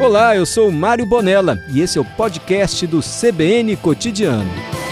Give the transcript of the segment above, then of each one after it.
Olá, eu sou o Mário Bonella e esse é o podcast do CBN Cotidiano.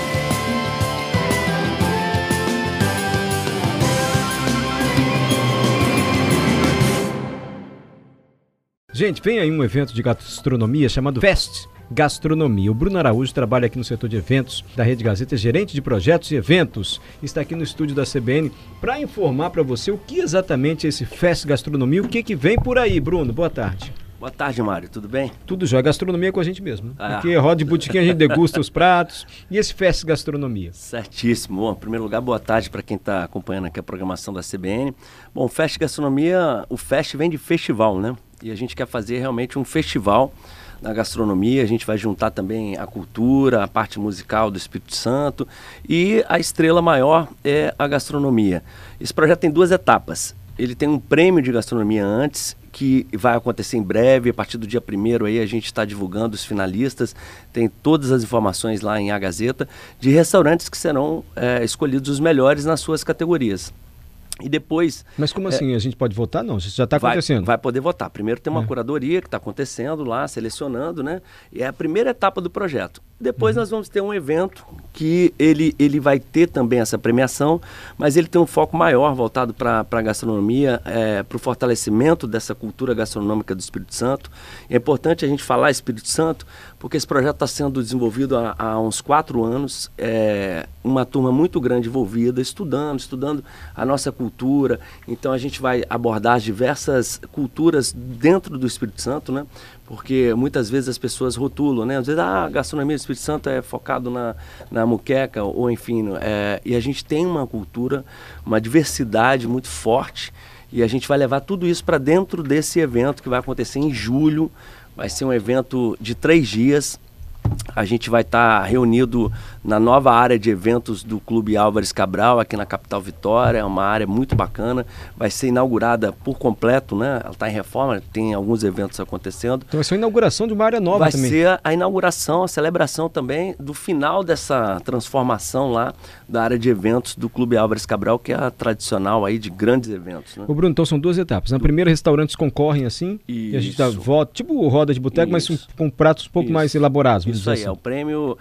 Gente, vem aí um evento de gastronomia chamado Fest Gastronomia. O Bruno Araújo trabalha aqui no setor de eventos da Rede Gazeta, gerente de projetos e eventos. Está aqui no estúdio da CBN para informar para você o que exatamente é esse Fest Gastronomia, o que vem por aí. Bruno, boa tarde. Boa tarde, Mário. Tudo bem? Tudo jóia. Gastronomia é com a gente mesmo. Porque roda de botequim, a gente degusta os pratos. E esse Fest Gastronomia? Certíssimo. Bom, em primeiro lugar, boa tarde para quem está acompanhando aqui a programação da CBN. Bom, o Fest Gastronomia, o Fest vem de festival, né? E a gente quer fazer realmente um festival na gastronomia. A gente vai juntar também a cultura, a parte musical do Espírito Santo e a estrela maior é a gastronomia. Esse projeto tem duas etapas. Ele tem um prêmio de gastronomia antes, que vai acontecer em breve. A partir do dia 1º aí a gente está divulgando os finalistas, tem todas as informações lá em A Gazeta, de restaurantes que serão escolhidos os melhores nas suas categorias. E depois... Mas como assim? A gente pode votar? Não, isso já está acontecendo. Vai poder votar. Primeiro tem uma curadoria que está acontecendo lá, selecionando, né? E é a primeira etapa do projeto. Depois nós vamos ter um evento que ele vai ter também essa premiação, mas ele tem um foco maior voltado para a gastronomia, para o fortalecimento dessa cultura gastronômica do Espírito Santo. É importante a gente falar Espírito Santo, porque esse projeto está sendo desenvolvido há uns 4 anos, uma turma muito grande envolvida, estudando a nossa cultura. Então a gente vai abordar diversas culturas dentro do Espírito Santo, né? Porque muitas vezes as pessoas rotulam, né? Às vezes a gastronomia do Espírito Santo é focado na muqueca, ou enfim, e a gente tem uma cultura, uma diversidade muito forte, e a gente vai levar tudo isso para dentro desse evento que vai acontecer em julho. Vai ser um evento de 3 dias. A gente vai estar reunido na nova área de eventos do Clube Álvares Cabral, aqui na capital Vitória. É uma área muito bacana, vai ser inaugurada por completo, né? Ela está em reforma, tem alguns eventos acontecendo. Então vai ser a inauguração de uma área nova também. Vai ser a inauguração, a celebração também do final dessa transformação lá da área de eventos do Clube Álvares Cabral, que é a tradicional aí de grandes eventos, né? Ô Bruno, então são 2 etapas. Na primeira, restaurantes concorrem assim, e a gente dá voto, tipo roda de boteco, mas com pratos um pouco mais elaborados. Isso aí, assim. É o prêmio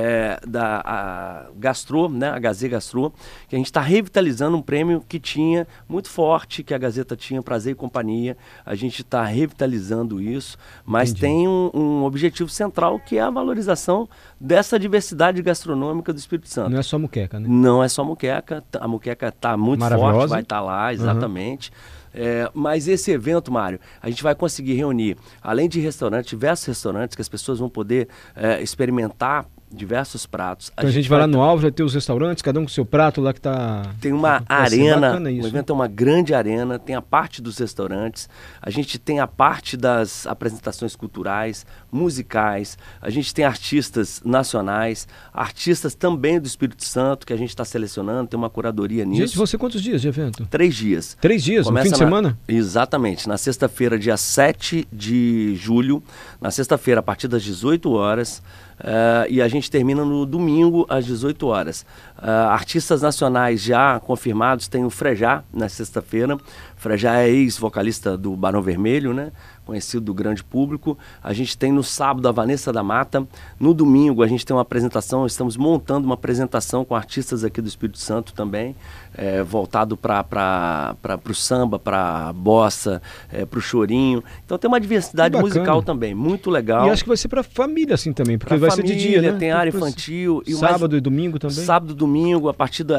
da Gastro, né, a Gazeta Gastro, que a gente está revitalizando um prêmio que tinha muito forte, que a Gazeta tinha, Prazer e Companhia. A gente está revitalizando isso, mas tem um objetivo central, que é a valorização dessa diversidade gastronômica do Espírito Santo. Não é só muqueca, né? Não é só muqueca, a muqueca está muito forte, vai estar lá, exatamente. Mas esse evento, Mário, a gente vai conseguir reunir, além de restaurantes, diversos restaurantes que as pessoas vão poder experimentar diversos pratos. Então a gente vai lá no Alvo, vai ter os restaurantes, cada um com o seu prato lá que tá... Tem uma arena, o evento é uma grande arena, tem a parte dos restaurantes, a gente tem a parte das apresentações culturais, musicais, a gente tem artistas nacionais, artistas também do Espírito Santo, que a gente está selecionando, tem uma curadoria nisso. Gente, você quantos dias de evento? 3 dias. 3 dias, no fim de semana? Exatamente, na sexta-feira, dia 7 de julho, na sexta-feira, a partir das 18 horas, e a gente termina no domingo às 18 horas. Artistas nacionais já confirmados, tem o Frejá na sexta-feira. Frejá é ex-vocalista do Barão Vermelho, né? Conhecido do grande público. A gente tem no sábado a Vanessa da Mata. No domingo a gente tem uma apresentação, estamos montando uma apresentação com artistas aqui do Espírito Santo também, voltado para o samba, para a bossa, para o chorinho. Então tem uma diversidade musical também, muito legal. E acho que vai ser para família assim também, porque vai ser de dia, né? Tem área infantil. Sábado e domingo também? Sábado e domingo,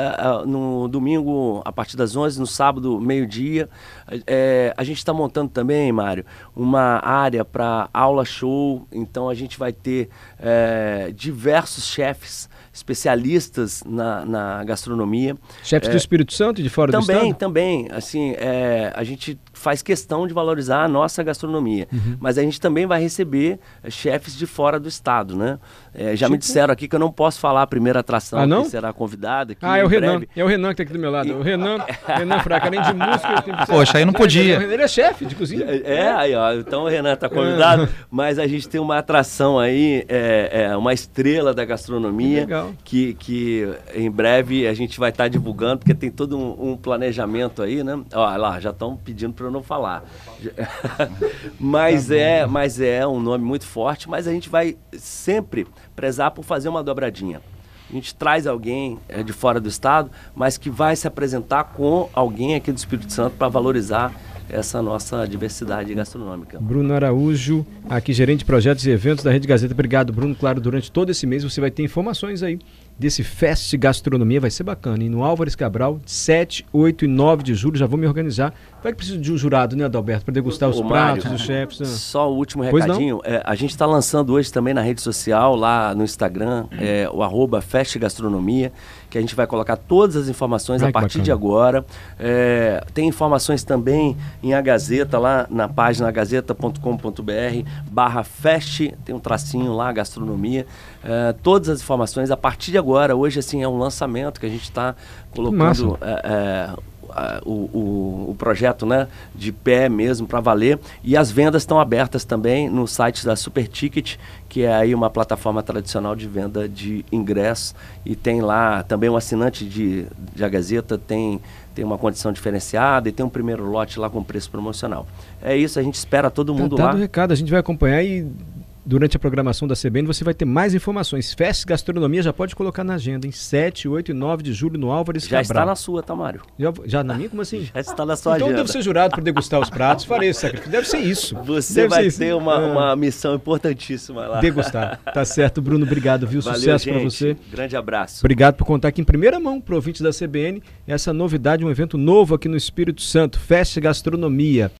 no domingo a partir das 11, no sábado meio-dia. A gente está montando também, Mário, uma área para aula show. Então a gente vai ter diversos chefes especialistas na gastronomia. Chefes do Espírito Santo e de fora do estado? Também. Assim, a gente faz questão de valorizar a nossa gastronomia. Mas a gente também vai receber chefes de fora do estado, né? Já me disseram aqui que eu não posso falar a primeira atração que será convidada. É o Renan. É o Renan que está aqui do meu lado. O Renan Fraca, além de música... Poxa, aí não podia. Ele é chefe de cozinha. Aí, ó. Então o Renan está convidado. Mas a gente tem uma atração aí, uma estrela da gastronomia. Legal. Que em breve a gente vai estar divulgando, porque tem todo um planejamento aí, né? Ó, lá, já estão pedindo para eu não falar. Mas é um nome muito forte, mas a gente vai sempre prezar por fazer uma dobradinha. A gente traz alguém de fora do estado, mas que vai se apresentar com alguém aqui do Espírito Santo para valorizar essa nossa diversidade gastronômica. Bruno Araújo, aqui gerente de projetos e eventos da Rede Gazeta. Obrigado, Bruno. Claro, durante todo esse mês você vai ter informações aí desse Fest Gastronomia, vai ser bacana. E no Álvares Cabral, 7, 8 e 9 de julho, já vou me organizar. Vai que precisa de um jurado, né, Adalberto, para degustar os pratos, os chefs. Né? Só o último recadinho, a gente está lançando hoje também na rede social, lá no Instagram, o @Fest Gastronomia, que a gente vai colocar todas as informações a partir de agora. Tem informações também em A Gazeta, lá na página agazeta.com.br/Fest, tem um tracinho lá, gastronomia. Todas as informações a partir de agora. Hoje, assim, é um lançamento que a gente está colocando o projeto, né, de pé mesmo, para valer. E as vendas estão abertas também no site da Super Ticket, que é aí uma plataforma tradicional de venda de ingressos. E tem lá também um assinante de A Gazeta, tem uma condição diferenciada e tem um primeiro lote lá com preço promocional. É isso, a gente espera todo mundo lá. Dado o recado, a gente vai acompanhar e durante a programação da CBN você vai ter mais informações. Fest Gastronomia já pode colocar na agenda, em 7, 8 e 9 de julho no Álvares Cabral. Já está na sua, tá, Mário? Já na minha? Como assim? Já está na sua agenda. Então devo ser jurado por degustar os pratos, farei esse sacrifício. Deve ser isso. Você vai ter uma missão importantíssima lá. Degustar. Tá certo, Bruno, obrigado, viu? Valeu, sucesso para você. Grande abraço. Obrigado por contar aqui em primeira mão para o ouvinte da CBN essa novidade, um evento novo aqui no Espírito Santo, Fest Gastronomia.